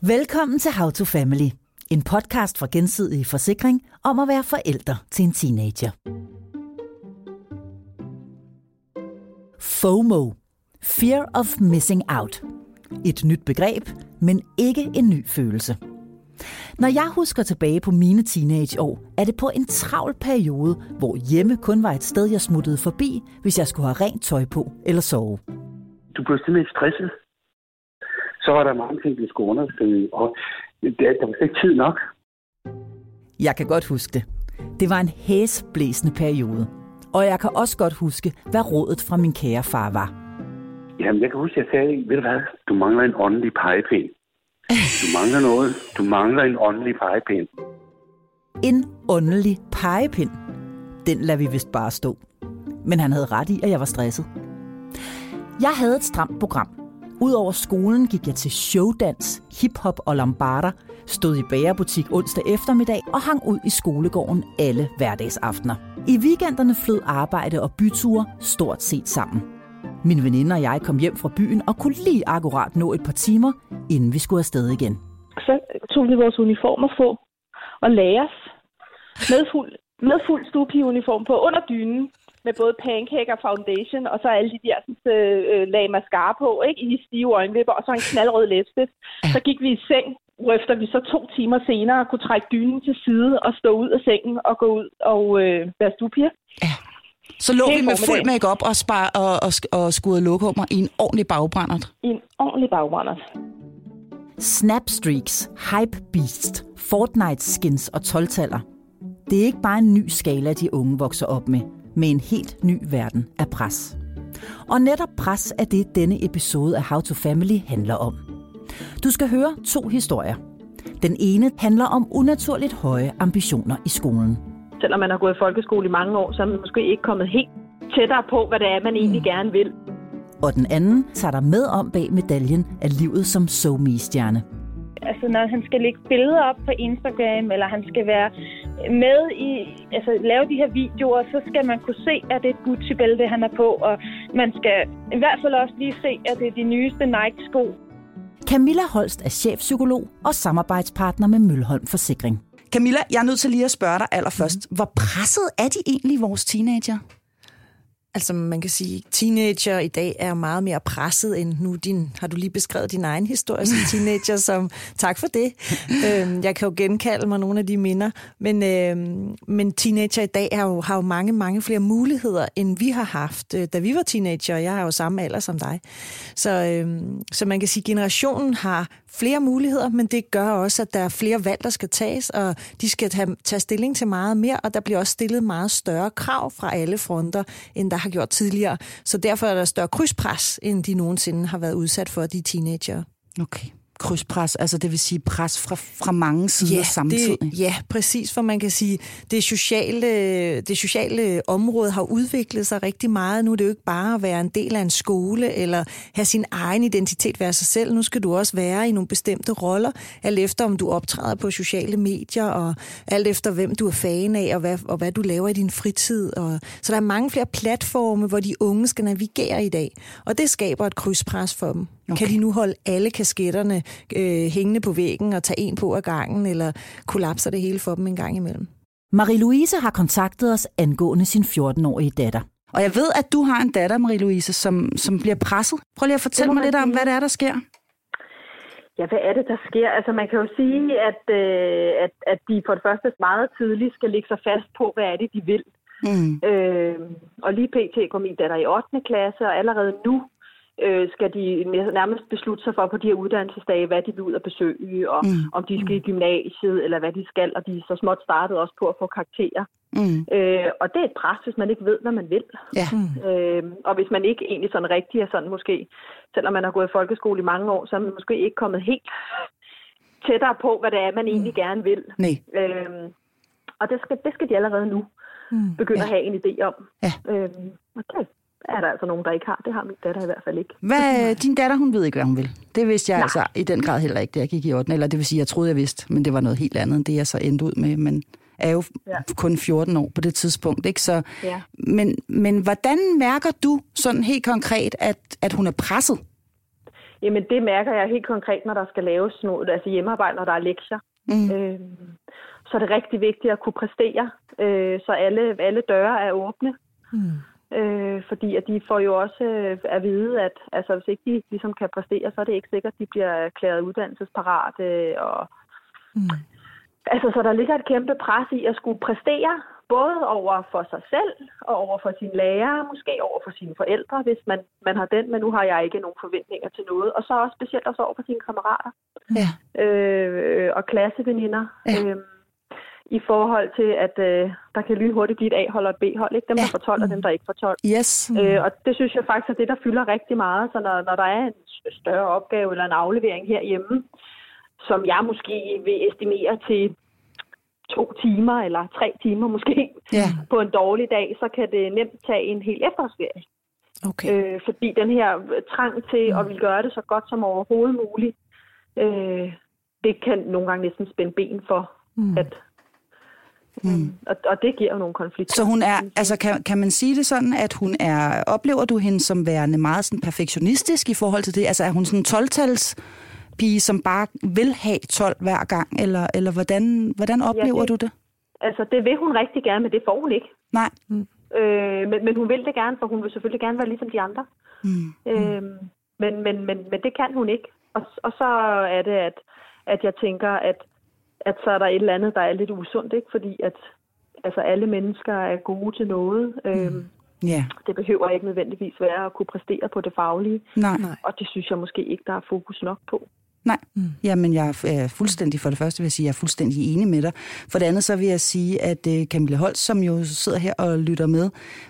Velkommen til How to Family, en podcast for Gensidig Forsikring om at være forældre til en teenager. FOMO, Fear of Missing Out. Et nyt begreb, men ikke en ny følelse. Når jeg husker tilbage på mine teenageår, er det på en travl periode, hvor hjemme kun var et sted, jeg smuttede forbi, hvis jeg skulle have rent tøj på eller sove. Du blev simpelthen stresset. Så var der mange ting, du skulle undersøge, og der var ikke tid nok. Jeg kan godt huske det. Det var en hæsblæsende periode. Og jeg kan også godt huske, hvad rådet fra min kære far var. Jamen, jeg kan huske, at jeg sagde, ved du hvad, du mangler en åndelig pegepind. Du mangler noget. Du mangler en åndelig pegepind. En åndelig pegepind. Den lader vi vist bare stå. Men han havde ret i, at jeg var stresset. Jeg havde et stramt program. Udover skolen gik jeg til showdans, hiphop og lambada, stod i bagerbutik onsdag eftermiddag og hang ud i skolegården alle hverdagsaftener. I weekenderne flød arbejde og byture stort set sammen. Min veninde og jeg kom hjem fra byen og kunne lige akkurat nå et par timer, inden vi skulle afsted igen. Så tog vi vores uniformer på og lagde os med fuld stuepigeuniform på under dynen, med både pancake og foundation, og så alle de der lag mascara på, ikke, i stive øjenvipper, og så en knaldrød læbestift. Så gik vi i seng, efter vi så 2 timer senere kunne trække dynen til side og stå ud af sengen og gå ud og være stuepiger. Ja. Så lå vi med fuld make-up og skurede lokummer i en ordentlig bagbrændert. I en ordentlig bagbrændert. Snapstreaks, hypebeast, Fortnite skins og 12-taller. Det er ikke bare en ny skala, de unge vokser op med en helt ny verden af pres. Og netop pres er det, denne episode af How to Family handler om. Du skal høre 2 historier. Den ene handler om unaturligt høje ambitioner i skolen. Selvom man har gået i folkeskole i mange år, så er man måske ikke kommet helt tættere på, hvad det er, man egentlig gerne vil. Og den anden tager dig med om bag medaljen af livet som SoMe-stjerne. Altså når han skal lægge billeder op på Instagram, eller han skal være med i, altså lave de her videoer, så skal man kunne se, at det er et Gucci-bælte, han er på, og man skal i hvert fald også lige se, at det er de nyeste Nike-sko. Camilla Holst er chefpsykolog og samarbejdspartner med Mølholm Forsikring. Camilla, jeg er nødt til lige at spørge dig allerførst. Hvor presset er de egentlig, vores teenager? Altså man kan sige, at teenager i dag er meget mere presset end nu. Har du lige beskrevet din egen historie som teenager, som tak for det. Jeg kan jo genkalde mig nogle af de minder, men teenager i dag har jo mange flere muligheder, end vi har haft, da vi var teenager. Jeg har jo samme alder som dig. Så man kan sige, at generationen har flere muligheder, men det gør også, at der er flere valg, der skal tages, og de skal tage stilling til meget mere, og der bliver også stillet meget større krav fra alle fronter, end der har gjort tidligere. Så derfor er der større krydspres, end de nogensinde har været udsat for, de teenager. Okay. Krydspres, altså det vil sige pres fra mange sider samtidig. Ja, præcis, for man kan sige, det sociale område har udviklet sig rigtig meget. Nu er det jo ikke bare at være en del af en skole, eller have sin egen identitet, være sig selv. Nu skal du også være i nogle bestemte roller, alt efter om du optræder på sociale medier, og alt efter hvem du er fan af, og hvad du laver i din fritid. Så der er mange flere platforme, hvor de unge skal navigere i dag, og det skaber et krydspres for dem. Okay. Kan de nu holde alle kasketterne hængende på væggen og tage en på ad gangen, eller kollapser det hele for dem en gang imellem? Marie-Louise har kontaktet os angående sin 14-årige datter. Og jeg ved, at du har en datter, Marie-Louise, som bliver presset. Prøv lige at fortælle mig lidt om, hvad det er, der sker. Ja, hvad er det, der sker? Altså man kan jo sige, at de for det første meget tidligt skal lægge sig fast på, hvad er det, de vil. Og lige pt. går min datter i 8. klasse, og allerede nu skal de nærmest beslutte sig for på de her uddannelsesdage, hvad de vil ud at besøge, og om de skal i gymnasiet, eller hvad de skal, og de er så småt startet også på at få karakterer. Og det er et pres, hvis man ikke ved, hvad man vil. Ja. Og hvis man ikke egentlig sådan rigtig er sådan måske, selvom man har gået i folkeskole i mange år, så er man måske ikke kommet helt tættere på, hvad det er, man egentlig gerne vil. Og det skal de allerede nu begynde at have en idé om. Ja. Okay. Er der altså nogen, der ikke har. Det har min datter i hvert fald ikke. Din datter, hun ved ikke, hvad hun vil. Det vidste jeg altså i den grad heller ikke, da jeg gik i 8. Eller det vil sige, jeg troede, jeg vidste, men det var noget helt andet, end det jeg så endte ud med. Men er jo kun 14 år på det tidspunkt, ikke? Så, men hvordan mærker du sådan helt konkret, at hun er presset? Jamen, det mærker jeg helt konkret, når der skal laves noget, altså hjemmearbejde, når der er lektier. Så er det rigtig vigtigt at kunne præstere, så alle døre er åbne. Fordi at de får jo også at vide, at altså, hvis ikke de ligesom kan præstere, så er det ikke sikkert, at de bliver erklæret uddannelsesparat. Altså, så der ligger et kæmpe pres i at skulle præstere, både over for sig selv og over for sine lærere, måske over for sine forældre, hvis man har den, men nu har jeg ikke nogen forventninger til noget. Og så også specielt også over for sine kammerater og klasseveninder. Ja. I forhold til, at der kan lynhurtigt blive et A-hold og et B-hold. Ikke? Dem, der får 12, og dem, der ikke får 12. Yes. Og det synes jeg faktisk er det, der fylder rigtig meget. Så når der er en større opgave eller en aflevering herhjemme, som jeg måske vil estimere til 2 timer eller 3 timer måske på en dårlig dag, så kan det nemt tage en hel efterårsferie. Okay. Fordi den her trang til at ville gøre det så godt som overhovedet muligt, det kan nogle gange næsten spænde ben for, at og det giver jo nogle konflikter. Så hun er, altså kan man sige det sådan, at hun er, oplever du hende som værende meget sådan perfektionistisk i forhold til det? Altså er hun sådan en 12-tals pige, som bare vil have 12 hver gang, eller hvordan oplever du det? Altså det vil hun rigtig gerne, men det får hun ikke. Nej. Men hun vil det gerne, for hun vil selvfølgelig gerne være ligesom de andre. Men det kan hun ikke. Og så er det, at jeg tænker, at så er der et eller andet, der er lidt usundt, ikke? Fordi at altså, alle mennesker er gode til noget. Det behøver ikke nødvendigvis være at kunne præstere på det faglige. Nej. Og det synes jeg måske ikke, der er fokus nok på. Nej, jamen jeg er fuldstændig, for det første vil jeg sige, jeg er fuldstændig enig med dig. For det andet så vil jeg sige, at Camilla Holst, som jo sidder her og lytter med,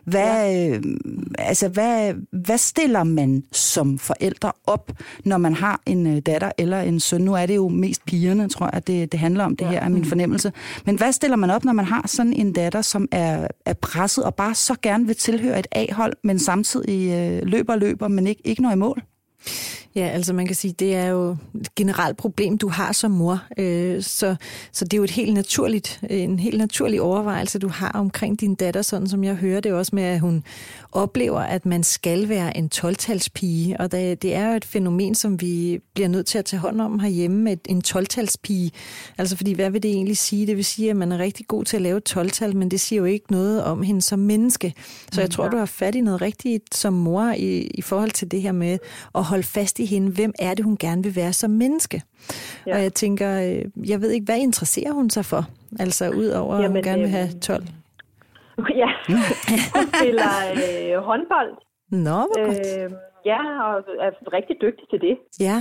hvad stiller man som forældre op, når man har en datter eller en søn? Nu er det jo mest pigerne, tror jeg, det handler om, det her er min fornemmelse. Men hvad stiller man op, når man har sådan en datter, som er presset og bare så gerne vil tilhøre et A-hold, men samtidig løber, men ikke når i mål? Ja, altså man kan sige, det er jo et generelt problem, du har som mor. Så det er jo en helt naturlig overvejelse, du har omkring din datter, sådan som jeg hører det også med, at hun oplever, at man skal være en 12-talspige. Og det er jo et fænomen, som vi bliver nødt til at tage hånd om herhjemme med en 12-talspige. Altså fordi, hvad vil det egentlig sige? Det vil sige, at man er rigtig god til at lave 12-tal, men det siger jo ikke noget om hende som menneske. Så jeg tror, du har fat i noget rigtigt som mor i forhold til det her med at holde fast i hende. Hvem er det, hun gerne vil være som menneske? Ja. Og jeg tænker, jeg ved ikke, hvad interesserer hun sig for? Altså ud over, at hun gerne vil have 12. Ja, hun spiller håndbold. Nå, hvor godt. Ja, og er rigtig dygtig til det. Ja.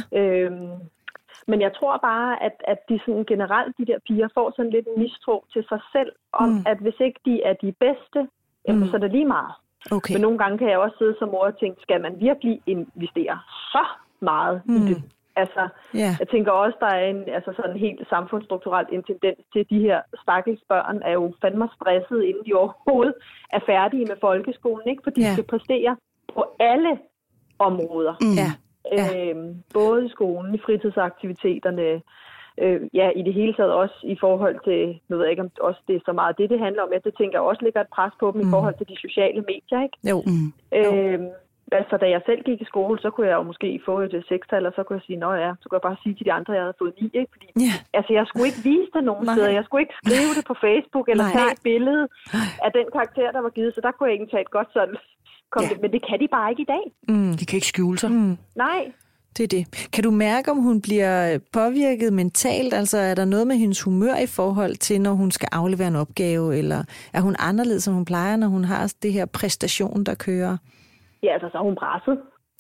Men jeg tror bare, at de sådan generelt, de der piger, får sådan lidt en mistro til sig selv, om at hvis ikke de er de bedste, så er det lige meget. Okay. Men nogle gange kan jeg også sidde som mor og tænke, skal man virkelig investere så meget i det? Altså, jeg tænker også, der er sådan helt samfundsstrukturelt en tendens til, de her stakkels børn er jo fandme stresset, inden de overhovedet er færdige med folkeskolen, ikke? Fordi de skal præstere på alle områder. Både i skolen, i fritidsaktiviteterne, i det hele taget også i forhold til, nu ved jeg ikke om også det er så meget det handler om, at det tænker jeg også ligger et pres på dem i forhold til de sociale medier, ikke? Jo. Altså, da jeg selv gik i skole, så kunne jeg jo måske få et 6-tal, og så kunne jeg sige, så kunne jeg bare sige til de andre, at jeg havde fået 9, ikke? Fordi, altså, jeg skulle ikke vise det nogen steder. Jeg skulle ikke skrive det på Facebook, eller tage et billede af den karakter, der var givet, så der kunne jeg ikke tage et godt sådan men det kan de bare ikke i dag. De kan ikke skjule sig. Nej. Det er det. Kan du mærke, om hun bliver påvirket mentalt? Altså, er der noget med hendes humør i forhold til, når hun skal aflevere en opgave, eller er hun anderledes, som hun plejer, når hun har det her præstation, der kører? Ja, altså, så er hun presset.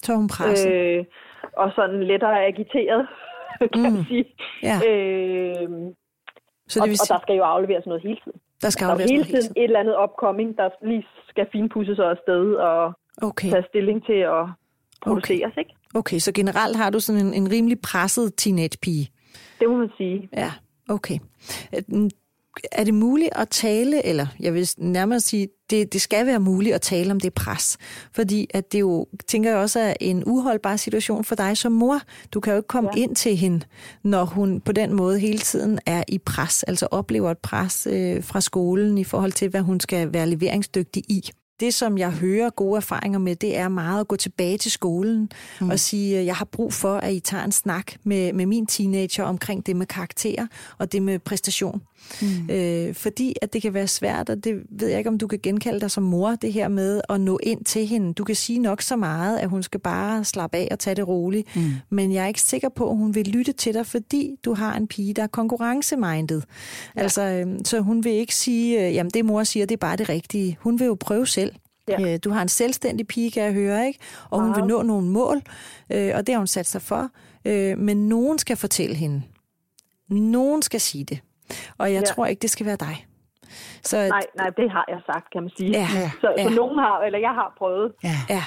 Og sådan lettere agiteret, kan man sige. Ja. Så det og der skal jo afleveres noget hele tiden. Der skal afleveres hele tiden et eller andet upcoming, der lige skal finpudses og afsted og tage stilling til at produceres, ikke? Okay, så generelt har du sådan en rimelig presset teenagepige? Det må man sige. Ja, okay. Er det muligt at tale, eller jeg vil nærmere sige, det skal være muligt at tale om det pres, fordi at det jo, tænker jeg også, er en uholdbar situation for dig som mor. Du kan jo ikke komme ind til hende, når hun på den måde hele tiden er i pres, altså oplever et pres fra skolen i forhold til, hvad hun skal være leveringsdygtig i. det, som jeg hører gode erfaringer med, det er meget at gå tilbage til skolen og sige, jeg har brug for, at I tager en snak med min teenager omkring det med karakterer og det med præstation. Fordi at det kan være svært, og det ved jeg ikke, om du kan genkalde dig som mor, det her med at nå ind til hende. Du kan sige nok så meget, at hun skal bare slappe af og tage det roligt, men jeg er ikke sikker på, at hun vil lytte til dig, fordi du har en pige, der er konkurrencemindet. Ja. Altså, så hun vil ikke sige, jamen det mor siger, det er bare det rigtige. Hun vil jo prøve selv. Ja. Du har en selvstændig pige, kan jeg høre, ikke? Og hun vil nå nogle mål, og det har hun sat sig for. Men nogen skal fortælle hende. Nogen skal sige det. Og jeg tror ikke, det skal være dig. Så, nej, det har jeg sagt, kan man sige. Så nogen har, eller jeg har prøvet. Ja.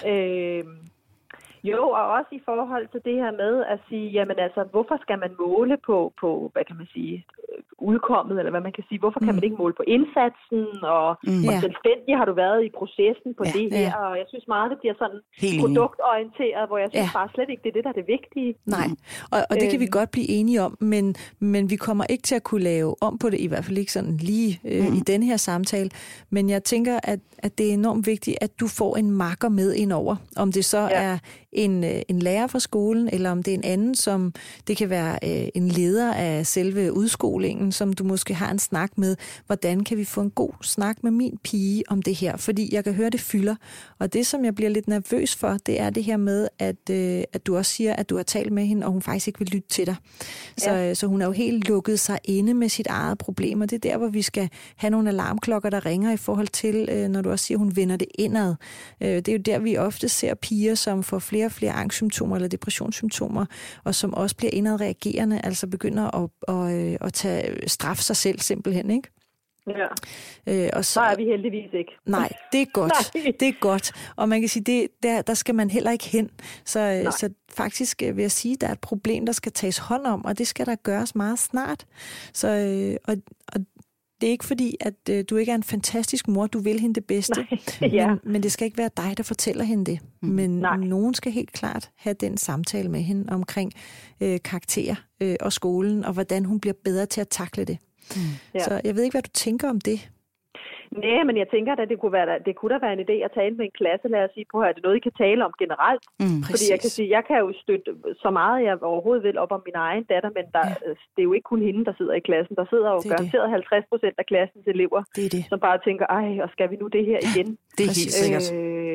Jo, og også i forhold til det her med at sige, jamen altså, hvorfor skal man måle på hvad kan man sige, udkommet, eller hvad man kan sige, hvorfor kan man ikke måle på indsatsen, og selvstændig har du været i processen på det her, og jeg synes meget, det bliver sådan produktorienteret, hvor jeg synes bare slet ikke, det er det, der er det vigtige. Nej, og det kan vi godt blive enige om, men vi kommer ikke til at kunne lave om på det, i hvert fald ikke sådan lige i den her samtale, men jeg tænker, at det er enormt vigtigt, at du får en makker med indover, om det så er en lærer fra skolen, eller om det er en anden, som det kan være en leder af selve udskolingen, som du måske har en snak med. Hvordan kan vi få en god snak med min pige om det her? Fordi jeg kan høre, det fylder. Og det, som jeg bliver lidt nervøs for, det er det her med, at du også siger, at du har talt med hende, og hun faktisk ikke vil lytte til dig. Så hun er jo helt lukket sig inde med sit eget problem, og det er der, hvor vi skal have nogle alarmklokker, der ringer i forhold til, når du også siger, at hun vender det indad. Det er jo der, vi ofte ser piger, som får flere og flere angstsymptomer eller depressionssymptomer, og som også bliver indadreagerende, altså begynder at tage straf sig selv simpelthen, ikke? Ja. Og så er vi heldigvis ikke. Nej, det er godt. Det er godt. Og man kan sige, der skal man heller ikke hen. Så faktisk vil jeg sige, at der er et problem, der skal tages hånd om, og det skal der gøres meget snart. Så, og det er ikke fordi, at du ikke er en fantastisk mor, du vil hende det bedste, men det skal ikke være dig, der fortæller hende det. Men nogen skal helt klart have den samtale med hende omkring karakterer og skolen, og hvordan hun bliver bedre til at takle det. Så jeg ved ikke, hvad du tænker om det. Nej, men jeg tænker, at det kunne da være en idé at tale med en klasselærer og sige, prøv at er det noget, I kan tale om generelt? Fordi jeg kan sige, jeg kan jo støtte så meget, jeg overhovedet vil op om min egen datter, men det er jo ikke kun hende, der sidder i klassen. Der sidder jo garanteret 50% af klassens elever, som bare tænker, og skal vi nu det her igen? Det er helt sikkert.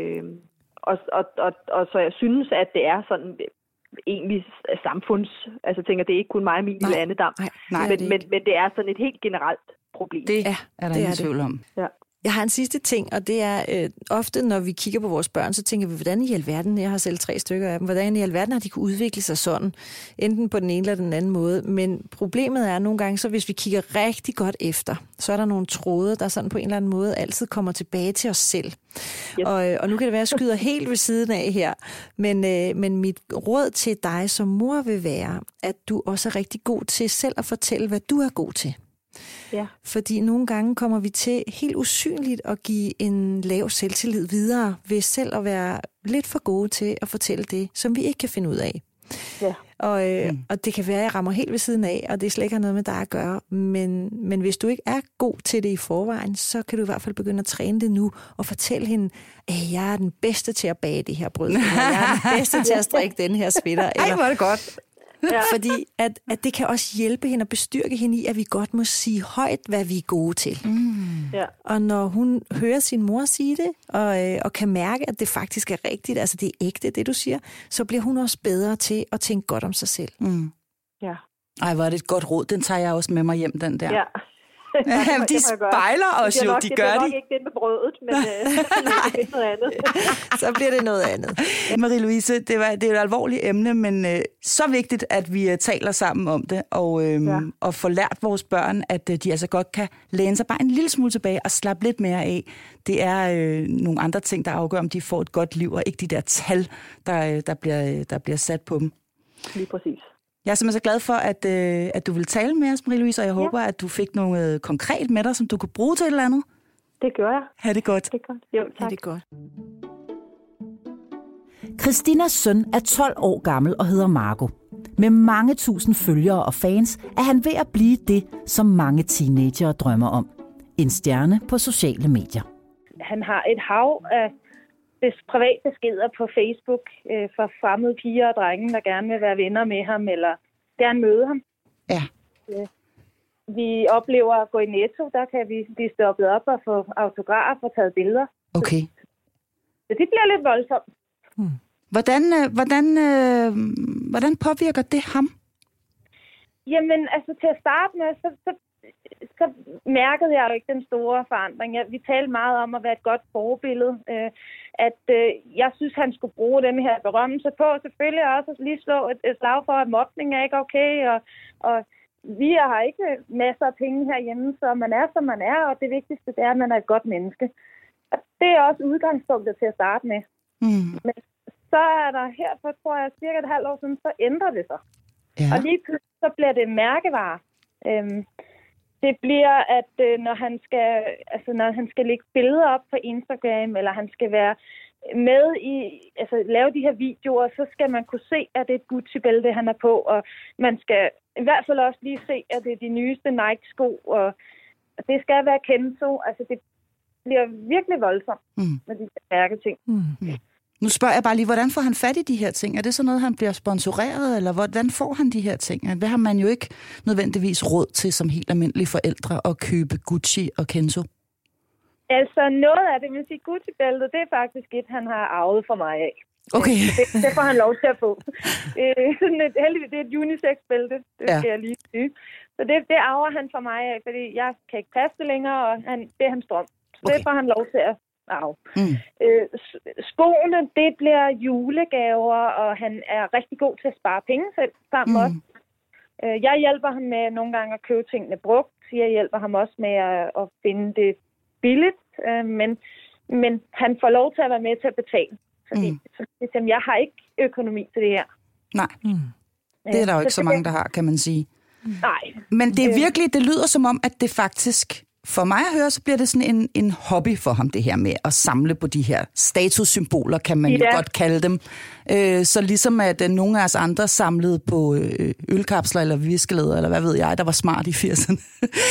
Og så jeg synes, at det er sådan egentlig altså tænker, det er ikke kun mig og min lille andedam, men det er sådan et helt generelt problem. Det er der ingen tvivl om. Ja. Jeg har en sidste ting, og det er ofte, når vi kigger på vores børn, så tænker vi, hvordan i alverden, jeg har selv 3 stykker af dem, hvordan i alverden har de kunne udvikle sig sådan, enten på den ene eller den anden måde. Men problemet er nogle gange, så hvis vi kigger rigtig godt efter, så er der nogle tråde, der sådan på en eller anden måde altid kommer tilbage til os selv. Yes. Og nu kan det være, at jeg skyder helt ved siden af her, men mit råd til dig som mor vil være, at du også er rigtig god til selv at fortælle, hvad du er god til. Ja. Fordi nogle gange kommer vi til helt usynligt at give en lav selvtillid videre ved selv at være lidt for gode til at fortælle det, som vi ikke kan finde ud af. Ja. Og det kan være, at jeg rammer helt ved siden af, og det slet ikke har noget med dig at gøre. Men hvis du ikke er god til det i forvejen, så kan du i hvert fald begynde at træne det nu og fortælle hende, at jeg er den bedste til at bage det her brød, eller jeg er den bedste til at strikke den her sweater. Ej, hvor er det godt. Ja. Fordi at det kan også hjælpe hende og bestyrke hende i, at vi godt må sige højt, hvad vi er gode til. Ja. Og når hun hører sin mor sige det, og kan mærke, at det faktisk er rigtigt, altså det er ægte, det du siger, så bliver hun også bedre til at tænke godt om sig selv. Ja. Ej, hvor er det et godt råd. Den tager jeg også med mig hjem, den der. Ja. De spejler os jo, de gør det. Det er nok ikke det med brødet, men det er noget andet. Så bliver det noget andet. Marie-Louise, det er et alvorligt emne, men så vigtigt, at vi taler sammen om det, og får lært vores børn, at de altså godt kan læne sig bare en lille smule tilbage og slappe lidt mere af. Det er nogle andre ting, der afgør, om de får et godt liv, og ikke de der tal, der bliver sat på dem. Lige præcis. Jeg er simpelthen så glad for, at du vil tale med os, Marie-Louise, og jeg håber, at du fik noget konkret med dig, som du kan bruge til et eller andet. Det gør jeg. Ha' det godt. Det er godt. Jo, tak. Ha' det godt. Christinas søn er 12 år gammel og hedder Marco. Med mange tusind følgere og fans er han ved at blive det, som mange teenagere drømmer om. En stjerne på sociale medier. han har et hav af private beskeder på Facebook for fremmede piger og drenge, der gerne vil være venner med ham, eller gerne møde ham. Ja. Vi oplever at gå i Netto, der kan vi blive stoppet op og få autografer og taget billeder. Okay. Så det bliver lidt voldsomt. Hvordan påvirker det ham? Jamen, altså til at starte med, så mærkede jeg jo ikke den store forandring. Vi talte meget om at være et godt forbillede. Jeg synes, han skulle bruge den her berømmelse på. Selvfølgelig også at lige slå et slag for, at mobning er ikke okay. Og vi har ikke masser af penge herhjemme, så man er, som man er. Og det vigtigste det er, at man er et godt menneske. Og det er også udgangspunktet til at starte med. Men så er der her for, tror jeg, cirka et halvt år siden, så ændrer det sig. Ja. Og lige pludselig så bliver det mærkevare. Det bliver, at når han skal lægge billeder op på Instagram, eller han skal være med i, lave de her videoer, så skal man kunne se, at det er et Gucci-bælte, han er på, og man skal i hvert fald også lige se, at det er de nyeste Nike-sko, og det skal være Kenzo. Altså, det bliver virkelig voldsomt med de her mærketing. Nu spørger jeg bare lige, hvordan får han fat i de her ting? Er det så noget, han bliver sponsoreret, eller hvordan får han de her ting? Hvad har man jo ikke nødvendigvis råd til som helt almindelige forældre at købe Gucci og Kenzo? Altså noget af det, vil sige Gucci-bæltet, det er faktisk et, han har arvet fra mig af. Okay. Det får han lov til at få. Heldigvis, det er et unisex-bælte, det skal jeg lige sige. Så det arver han fra mig af, fordi jeg kan ikke passe det længere, og det er hans drøm. Så det får han lov til at arve. Skoene, det bliver julegaver, og han er rigtig god til at spare penge selv sammen også. Jeg hjælper ham med nogle gange at købe tingene brugt. Jeg hjælper ham også med at finde det billigt, men han får lov til at være med til at betale. Fordi jeg har ikke økonomi til det her. Nej, det er der jo ikke så mange, der har, kan man sige. Nej. Men det er virkelig, det lyder som om, at det faktisk, for mig at høre, så bliver det sådan en hobby for ham, det her med at samle på de her statussymboler, kan man jo godt kalde dem. Så ligesom at nogle af os andre samlede på ølkapsler eller viskelæder, eller hvad ved jeg, der var smart i 80'erne.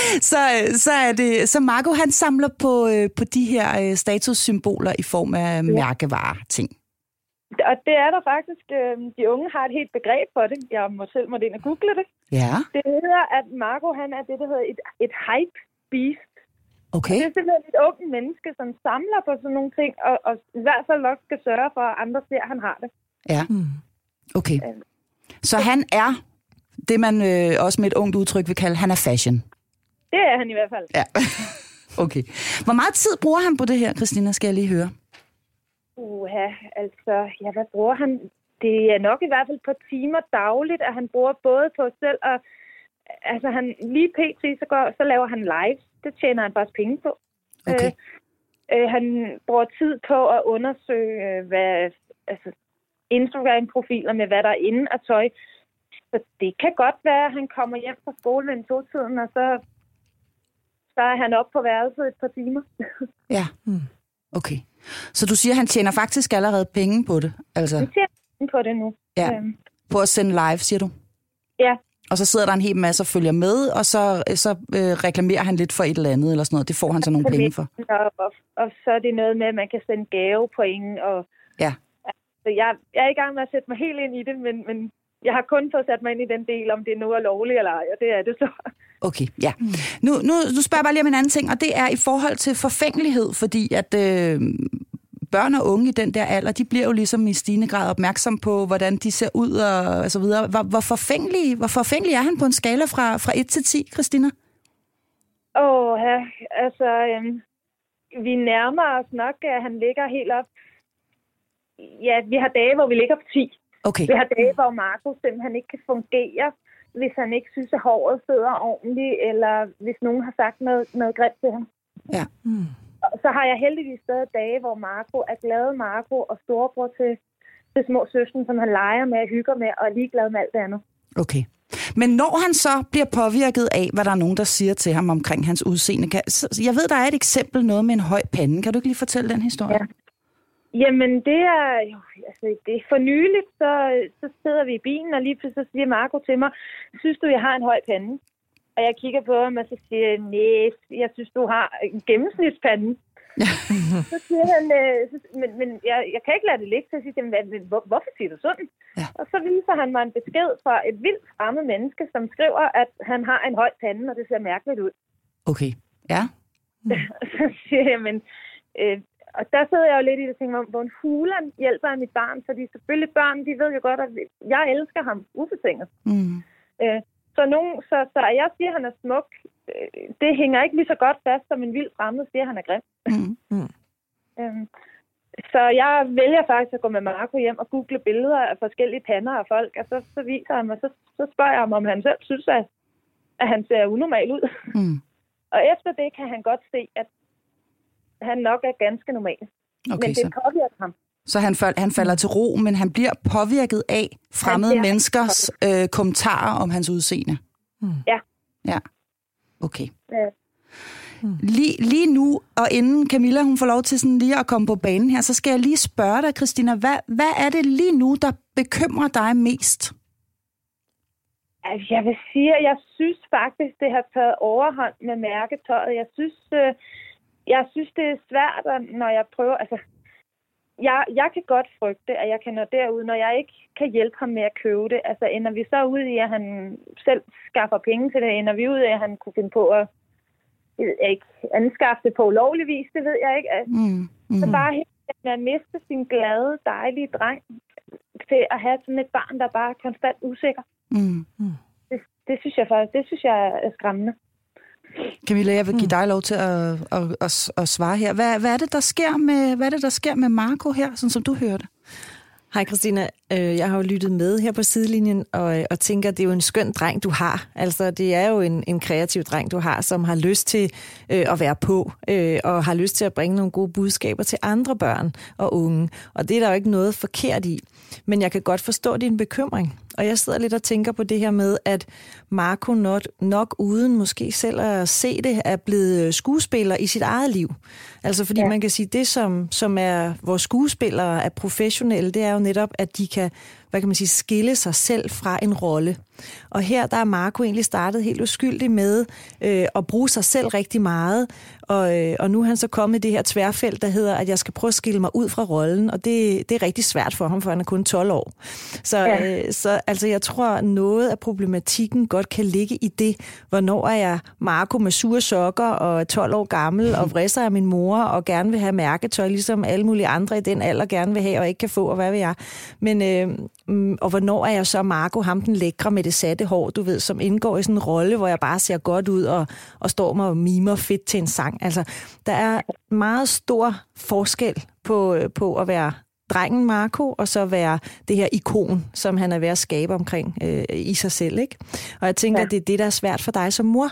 så Marco, han samler på de her statussymboler i form af mærkevarer-ting. Og det er der faktisk. De unge har et helt begreb for det. Jeg må selv ind og google det. Ja. Det hedder, at Marco, han er det, der hedder et hype beast. Okay. Og det er simpelthen et ungt menneske, som samler på sådan nogle ting, og i hvert fald nok skal sørge for, at andre ser, at han har det. Ja, okay. Så han er det, man også med et ungt udtryk vil kalde, han er fashion. Det er han i hvert fald. Ja, okay. Hvor meget tid bruger han på det her, Christina, skal jeg lige høre? Hvad bruger han? Det er nok i hvert fald på timer dagligt, at han bruger både på selv og han lige pt. Så laver han live. Det tjener han bare penge på. Okay. Han bruger tid på at undersøge Instagram-profiler med, hvad der er inde af tøj. Så det kan godt være, at han kommer hjem fra skole ved 2-tiden, og så er han op på værelset et par timer. Ja, okay. Så du siger, at han tjener faktisk allerede penge på det? Altså. Han tjener penge på det nu. Ja. På at sende live, siger du? Ja. Og så sidder der en hel masse og følger med, og så reklamerer han lidt for et eller andet, eller sådan noget. Det får han så nogle penge for. Og så er det noget med, at man kan sende gavepoint. Og, ja. Altså, jeg er i gang med at sætte mig helt ind i det, men jeg har kun fået sat mig ind i den del, om det nu er lovligt eller ej, og det er det så. Okay, ja. Nu spørger jeg bare lige om en anden ting, og det er i forhold til forfængelighed, fordi at børn og unge i den der alder, de bliver jo ligesom i stigende grad opmærksom på, hvordan de ser ud og så videre. Hvor forfængelig er han på en skala fra 1 til 10, Christina? Vi nærmer os nok, at han ligger helt op. Ja, vi har dage, hvor vi ligger på 10. Okay. Vi har dage, hvor Marco simpelthen ikke kan fungere, hvis han ikke synes, at håret sidder ordentligt, eller hvis nogen har sagt noget grimt til ham. Ja. Så har jeg heldigvis stadig dage, hvor Marco er glad Marco og storebror til små søsken, som han leger med og hygger med, og er ligeglad med alt det andet. Okay. Men når han så bliver påvirket af, hvad der er nogen, der siger til ham omkring hans udseende, jeg ved, der er et eksempel, noget med en høj pande. Kan du ikke lige fortælle den historie? Ja. Jamen, det er jo, det er for nyligt, så sidder vi i bilen, og lige pludselig siger Marco til mig, synes du, jeg har en høj pande? Og jeg kigger på ham, og så siger jeg, nej, jeg synes, du har en gennemsnitspande. Så siger han, men jeg kan ikke lade det ligge. Så jeg siger, hvorfor siger du sådan? Ja. Og så viser han mig en besked fra et vildt fremmed menneske, som skriver, at han har en høj pande, og det ser mærkeligt ud. Okay, ja. Så siger jeg, og der sidder jeg jo lidt i det og tænker, hvor en hulen hjælper af mit barn, fordi selvfølgelig børn, de ved jo godt, at jeg elsker ham ubetinget. Så jeg siger, at han er smuk, det hænger ikke lige så godt fast, som en vild fremmed siger, at han er grim. Så jeg vælger faktisk at gå med Marco hjem og google billeder af forskellige pander af folk, og så viser han mig, så spørger jeg ham, om han selv synes, at han ser unormal ud. Og efter det kan han godt se, at han nok er ganske normal. Okay, men det påvirker ham. Så han falder til ro, men han bliver påvirket af fremmede menneskers kommentarer om hans udseende? Ja. Ja, okay. Lige nu, og inden Camilla hun får lov til sådan lige at komme på banen her, så skal jeg lige spørge dig, Christina, hvad er det lige nu, der bekymrer dig mest? Jeg vil sige, at jeg synes faktisk, det har taget overhånd med mærketøjet. Jeg synes, det er svært, når jeg prøver... Altså, jeg kan godt frygte, at jeg kan nå derud, når jeg ikke kan hjælpe ham med at købe det. Altså, ender vi så ud i, at han selv skaffer penge til det? Ender vi ud i, at han kunne finde på at anskaffe det på ulovlig vis? Det ved jeg ikke. Så bare helt med at miste sin glade, dejlige dreng til at have sådan et barn, der bare er konstant usikker. Det synes jeg er skræmmende. Camilla, jeg vil give dig lov til at svare her. Hvad er det, der sker med Marco her, sådan som du hørte? Hej Christina, jeg har jo lyttet med her på sidelinjen og tænker, at det er jo en skøn dreng, du har. Altså, det er jo en kreativ dreng, du har, som har lyst til at være på, og har lyst til at bringe nogle gode budskaber til andre børn og unge. Og det er der jo ikke noget forkert i. Men jeg kan godt forstå din bekymring. Og jeg sidder lidt og tænker på det her med, at Marco nok uden måske selv at se det, er blevet skuespiller i sit eget liv. Altså fordi man kan sige, det som er vores skuespillere er professionelle, det er jo netop, at de kan, skille sig selv fra en rolle. Og her der er Marco egentlig startet helt uskyldig med at bruge sig selv rigtig meget, og nu er han så kommet i det her tværfelt, der hedder, at jeg skal prøve at skille mig ud fra rollen, og det er rigtig svært for ham, for han er kun 12 år. Så altså, jeg tror, noget af problematikken godt kan ligge i det, hvornår er jeg Marco med sure sokker og er 12 år gammel, og vrisser af min mor, og gerne vil have mærketøj, ligesom alle mulige andre i den alder gerne vil have, og ikke kan få, og hvad vil jeg. Men og hvornår er jeg så Marco, ham den lækre med det satte hår, du ved, som indgår i sådan en rolle, hvor jeg bare ser godt ud og står mig og mimer fedt til en sang. Altså, der er meget stor forskel på at være drengen Marco, og så være det her ikon, som han er ved at skabe omkring i sig selv, ikke? Og jeg tænker, at det er det, der er svært for dig som mor.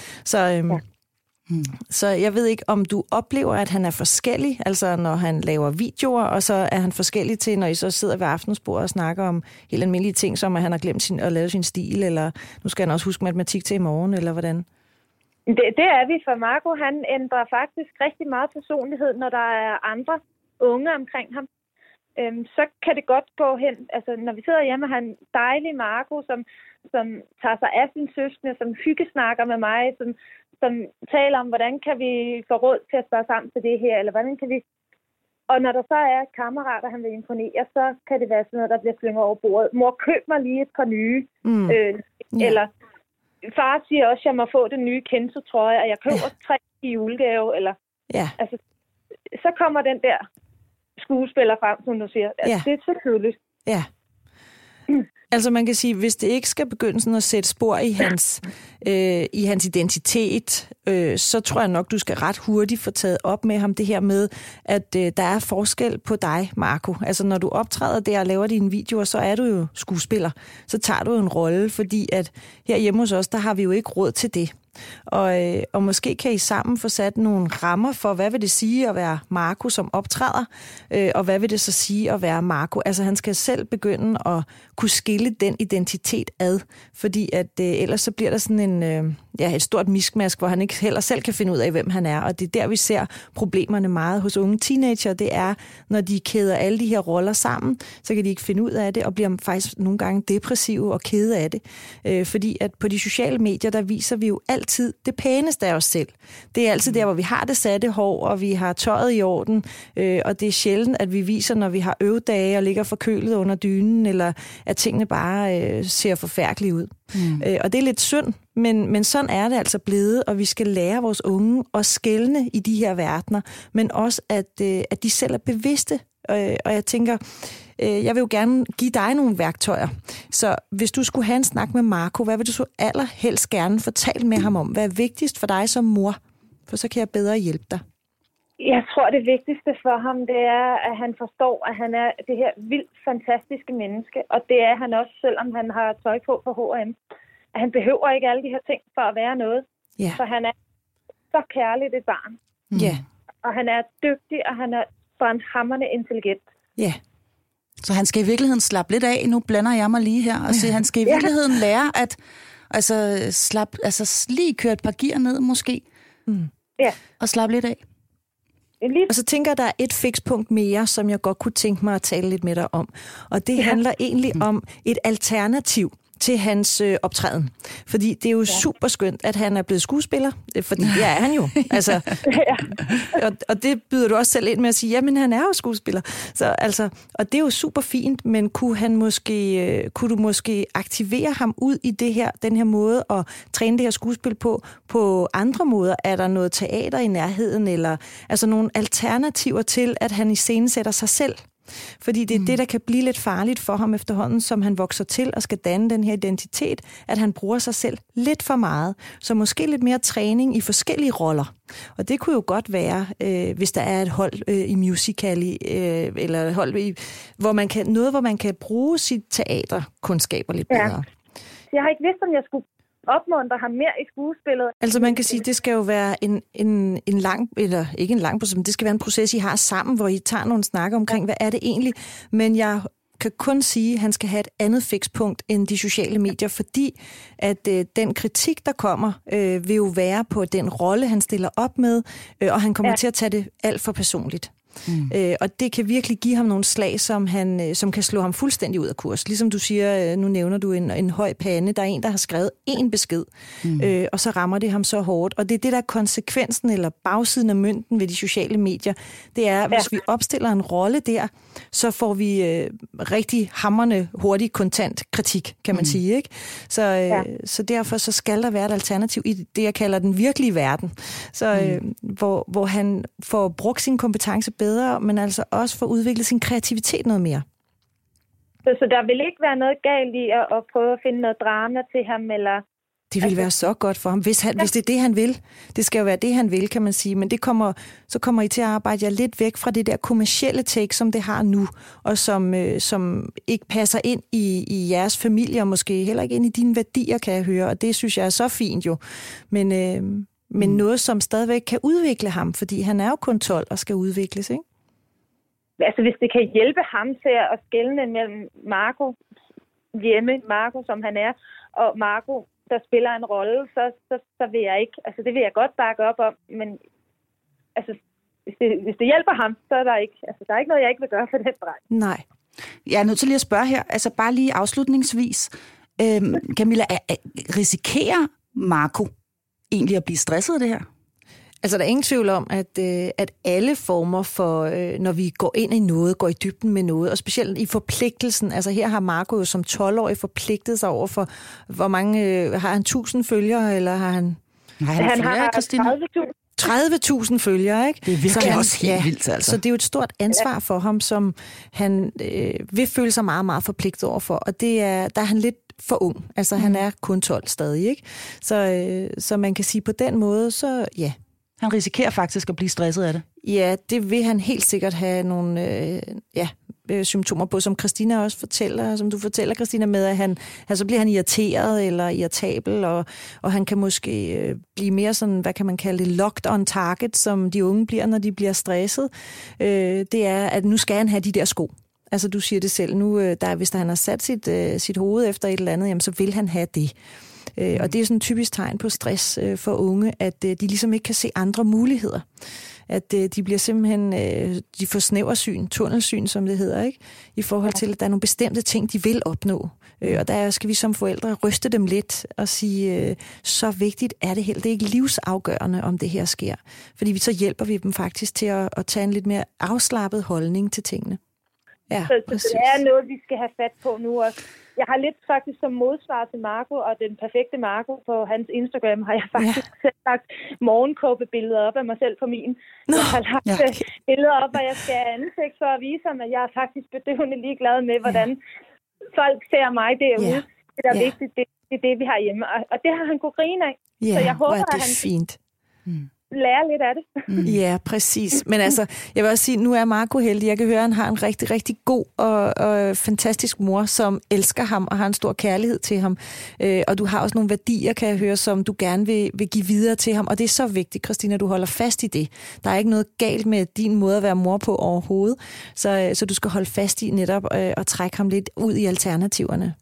Så jeg ved ikke, om du oplever, at han er forskellig, altså når han laver videoer, og så er han forskellig til, når I så sidder ved aftensbordet og snakker om helt almindelige ting, som at han har glemt at lave sin stil, eller nu skal han også huske matematik til i morgen, eller hvordan? Det er vi, for Marco, han ændrer faktisk rigtig meget personlighed, når der er andre unge omkring ham. Så kan det godt gå hen, altså når vi sidder hjemme, har han dejlig Marco, som tager sig af sin søskende, som hyggesnakker med mig, som taler om, hvordan kan vi få råd til at spørge sammen til det her, eller hvordan kan vi... Og når der så er kammerater, han vil imponere, så kan det være sådan noget, der bliver slynget over bordet. Mor, køb mig lige et par nye. Eller far siger også, at jeg må få den nye Kenzo-trøje, og jeg køber 3 i julegave. Eller, altså, så kommer den der skuespiller frem, som du siger. Altså, det er så tydeligt. Ja. Altså man kan sige, hvis det ikke skal begynde sådan at sætte spor i hans identitet, så tror jeg nok, du skal ret hurtigt få taget op med ham det her med, at der er forskel på dig, Marco. Altså når du optræder der og laver dine videoer, så er du jo skuespiller. Så tager du en rolle, fordi at herhjemme hos os, der har vi jo ikke råd til det. Og måske kan I sammen få sat nogle rammer for, hvad vil det sige at være Marco som optræder, og hvad vil det så sige at være Marco? Altså han skal selv begynde at kunne skille den identitet ad, fordi at ellers så bliver der sådan et stort miskmask, hvor han ikke heller selv kan finde ud af, hvem han er. Og det er der, vi ser problemerne meget hos unge teenager. Det er, når de kæder alle de her roller sammen, så kan de ikke finde ud af det, og bliver faktisk nogle gange depressive og kede af det. Fordi at på de sociale medier, der viser vi jo altid det pæneste af os selv. Det er altid der, hvor vi har det satte hår, og vi har tøjet i orden, og det er sjældent, at vi viser, når vi har øvedage og ligger forkølet under dynen, eller at tingene bare ser forfærdelige ud. Og det er lidt synd, men sådan er det altså blevet, og vi skal lære vores unge at skelne i de her verdener, men også at de selv er bevidste. Og jeg tænker, jeg vil jo gerne give dig nogle værktøjer. Så hvis du skulle have en snak med Marco, hvad vil du så allerhelst gerne fortælle med ham om? Hvad er vigtigst for dig som mor? For så kan jeg bedre hjælpe dig. Jeg tror, det vigtigste for ham, det er, at han forstår, at han er det her vildt fantastiske menneske. Og det er han også, selvom han har tøj på for H&M. At han behøver ikke alle de her ting for at være noget. Yeah. For han er så kærligt et barn. Yeah. Og han er dygtig, og han er brandhamrende intelligent. Ja. Yeah. Så han skal i virkeligheden slappe lidt af. Nu blander jeg mig lige her. Og så han skal i virkeligheden lære at lige køre et par gear ned måske. Ja. Og slappe lidt af. Og så tænker jeg, der er et fikspunkt mere, som jeg godt kunne tænke mig at tale lidt med dig om. Og det handler egentlig om et alternativ til hans optræden. Fordi det er jo super skønt, at han er blevet skuespiller. Fordi det er han jo. Altså, og det byder du også selv ind med at sige, jamen han er jo skuespiller. Så, altså, og det er jo super fint, men kunne du måske aktivere ham ud i den her måde at træne det her skuespil på andre måder? Er der noget teater i nærheden, eller altså nogle alternativer til, at han iscenesætter sig selv? Fordi det er det, der kan blive lidt farligt for ham efterhånden, som han vokser til og skal danne den her identitet, at han bruger sig selv lidt for meget. Så måske lidt mere træning i forskellige roller. Og det kunne jo godt være, hvis der er et hold i Musical.ly, eller et hold, hvor man kan bruge sit teaterkundskaber lidt bedre. Jeg har ikke vidst, om jeg skulle opmuntre ham mere i skuespillet. Altså man kan sige, det skal jo være en lang, eller ikke en lang proces, men det skal være en proces, I har sammen, hvor I tager nogle snakker omkring, hvad er det egentlig? Men jeg kan kun sige, at han skal have et andet fikspunkt end de sociale medier, fordi at den kritik, der kommer, vil jo være på den rolle, han stiller op med, og han kommer til at tage det alt for personligt. Og det kan virkelig give ham nogle slag, som kan slå ham fuldstændig ud af kurs. Ligesom du siger, nu nævner du en høj pande, der er en, der har skrevet én besked, og så rammer det ham så hårdt. Og det er det, der er konsekvensen, eller bagsiden af mønten ved de sociale medier. Det er, hvis vi opstiller en rolle der, så får vi rigtig hamrende, hurtig, kontant kritik, kan man sige, ikke? Så derfor så skal der være et alternativ i det, jeg kalder den virkelige verden. Så hvor han får brugt sin kompetence bedre, men altså også får udviklet sin kreativitet noget mere. Så der vil ikke være noget galt i at prøve at finde noget drama til ham, eller... Det vil være så godt for ham, hvis det er det, han vil. Det skal jo være det, han vil, kan man sige. Men så kommer I til at arbejde jer lidt væk fra det der kommercielle take, som det har nu, og som ikke passer ind i jeres familie, og måske heller ikke ind i dine værdier, kan jeg høre. Og det synes jeg er så fint jo. Men noget, som stadigvæk kan udvikle ham, fordi han er jo kun 12 og skal udvikles, ikke? Altså, hvis det kan hjælpe ham til at skelne mellem Marco hjemme, Marco som han er, og Marco, der spiller en rolle, så vil jeg ikke, altså det vil jeg godt bakke op om, men altså, hvis det hjælper ham, så er der ikke noget, jeg ikke vil gøre for den dreng. Nej. Jeg er nødt til lige at spørge her, altså bare lige afslutningsvis, Camilla, risikerer Marco egentlig at blive stresset af det her? Altså, der er ingen tvivl om, at alle former for, når vi går ind i noget, går i dybden med noget, og specielt i forpligtelsen, altså her har Marco jo som 12-årig forpligtet sig over for, hvor mange, har han 1000 følgere, eller har han... Han har 30.000 følgere, ikke? Det er virkelig også helt vildt, altså. Så det er jo et stort ansvar for ham, som han vil føle sig meget, meget forpligtet overfor, og der er han lidt for ung. Altså, han er kun 12 stadig, ikke? Så man kan sige på den måde, så ja. Han risikerer faktisk at blive stresset af det. Ja, det vil han helt sikkert have nogle symptomer på, som Christina også fortæller, som du fortæller, Christina, med, at så bliver han irriteret eller irritabel, og han kan måske blive mere sådan, hvad kan man kalde det, locked on target, som de unge bliver, når de bliver stresset. Det er, at nu skal han have de der sko. Altså, du siger det selv nu, hvis han har sat sit hoved efter et eller andet, jamen, så vil han have det. Og det er sådan et typisk tegn på stress for unge, at de ligesom ikke kan se andre muligheder. At de bliver simpelthen, de får snæversyn, tunnelsyn, som det hedder, ikke? I forhold til, at der er nogle bestemte ting, de vil opnå. Og der skal vi som forældre ryste dem lidt og sige, så vigtigt er det helt. Det er ikke livsafgørende, om det her sker. Fordi så hjælper vi dem faktisk til at tage en lidt mere afslappet holdning til tingene. Ja, så det er noget, vi skal have fat på nu også. Jeg har lidt faktisk som modsvar til Marco, og den perfekte Marco på hans Instagram, har jeg faktisk selv lagt morgenkåbebilleder op af mig selv på min. Jeg har lagt billeder op, hvor jeg skal have ansigt for at vise ham, at jeg er faktisk bedøvende ligeglad med, hvordan folk ser mig derude. Det er vigtigt, det er det, vi har hjemme. Og det har han kunne grine af. Så jeg håber, at han fint. lære lidt af det. Ja, præcis. Men altså, jeg vil også sige, nu er Marco heldig. Jeg kan høre, at han har en rigtig, rigtig god og fantastisk mor, som elsker ham og har en stor kærlighed til ham. Og du har også nogle værdier, kan jeg høre, som du gerne vil give videre til ham. Og det er så vigtigt, Christina, du holder fast i det. Der er ikke noget galt med din måde at være mor på overhovedet. Så du skal holde fast i netop og trække ham lidt ud i alternativerne.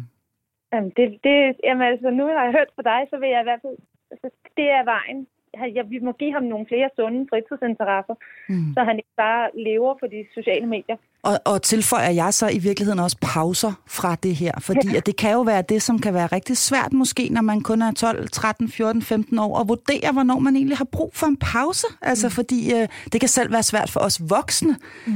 Jamen, jamen altså, nu har jeg hørt fra dig, så vil jeg i hvert fald... Altså, det er vejen. Vi må give ham nogle flere sunde fritidsinteresser, så han ikke bare lever på de sociale medier. Og tilføjer jeg så i virkeligheden også pauser fra det her, fordi at det kan jo være det, som kan være rigtig svært måske, når man kun er 12, 13, 14, 15 år, og vurdere, hvornår man egentlig har brug for en pause. Altså fordi det kan selv være svært for os voksne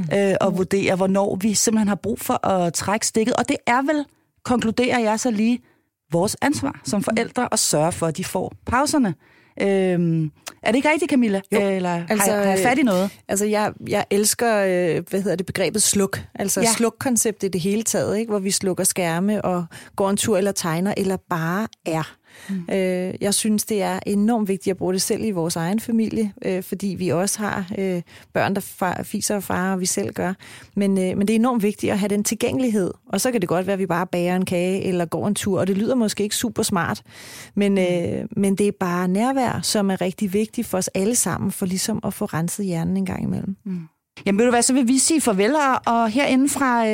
at vurdere, hvornår vi simpelthen har brug for at trække stikket. Og det er vel, konkluderer jeg så lige, vores ansvar som forældre at sørge for, at de får pauserne. Er det ikke rigtigt, Camilla? Jo, eller altså, har jeg fat i noget? Altså, jeg elsker, begrebet sluk. Altså sluk-konceptet i det hele taget, ikke? Hvor vi slukker skærme og går en tur eller tegner, eller bare er. Jeg synes, det er enormt vigtigt at bruge det selv i vores egen familie, fordi vi også har børn, der fiser og farer, og vi selv gør. Men det er enormt vigtigt at have den tilgængelighed. Og så kan det godt være, at vi bare bager en kage eller går en tur, og det lyder måske ikke super smart. Men det er bare nærvær, som er rigtig vigtigt for os alle sammen, for ligesom at få renset hjernen en gang imellem. Jamen ved du hvad, så vil vi sige farvel, og herinde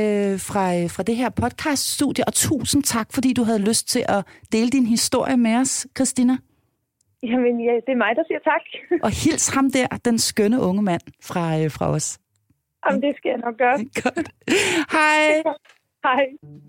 fra det her podcaststudie, og tusind tak, fordi du havde lyst til at dele din historie med os, Christina. Jamen ja, det er mig, der siger tak. Og hils ham der, den skønne unge mand fra os. Jamen det skal jeg nok gøre. Godt. Hej. Hej.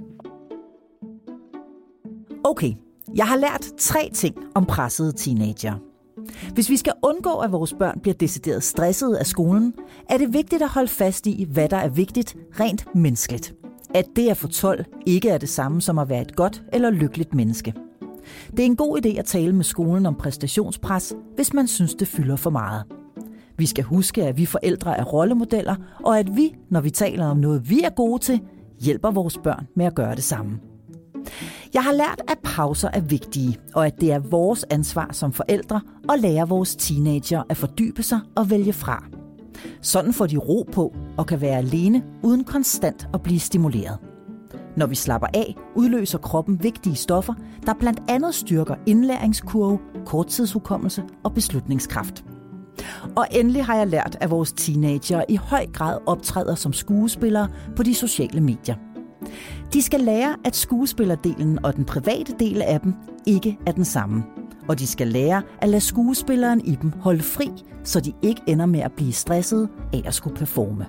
Okay, jeg har lært 3 ting om pressede teenager. Hvis vi skal undgå, at vores børn bliver decideret stressede af skolen, er det vigtigt at holde fast i, hvad der er vigtigt rent menneskeligt. At det at få 12 ikke er det samme som at være et godt eller lykkeligt menneske. Det er en god idé at tale med skolen om præstationspres, hvis man synes, det fylder for meget. Vi skal huske, at vi forældre er rollemodeller, og at vi, når vi taler om noget, vi er gode til, hjælper vores børn med at gøre det samme. Jeg har lært, at pauser er vigtige, og at det er vores ansvar som forældre at lære vores teenager at fordybe sig og vælge fra. Sådan får de ro på og kan være alene uden konstant at blive stimuleret. Når vi slapper af, udløser kroppen vigtige stoffer, der blandt andet styrker indlæringskurve, korttidshukommelse og beslutningskraft. Og endelig har jeg lært, at vores teenager i høj grad optræder som skuespillere på de sociale medier. De skal lære, at skuespillerdelen og den private del af dem ikke er den samme. Og de skal lære at lade skuespilleren i dem holde fri, så de ikke ender med at blive stressede af at skulle performe.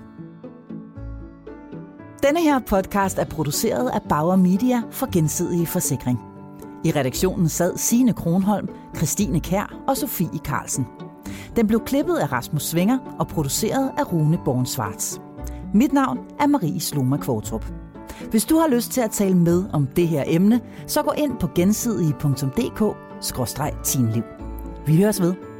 Denne her podcast er produceret af Bauer Media for Gensidige Forsikring. I redaktionen sad Signe Kronholm, Christine Kjær og Sofie Carlsen. Den blev klippet af Rasmus Svinger og produceret af Rune Born-Schwartz. Mit navn er Marie Sloma Kvartrup. Hvis du har lyst til at tale med om det her emne, så gå ind på gensidige.dk/teenliv. Vi høres ved.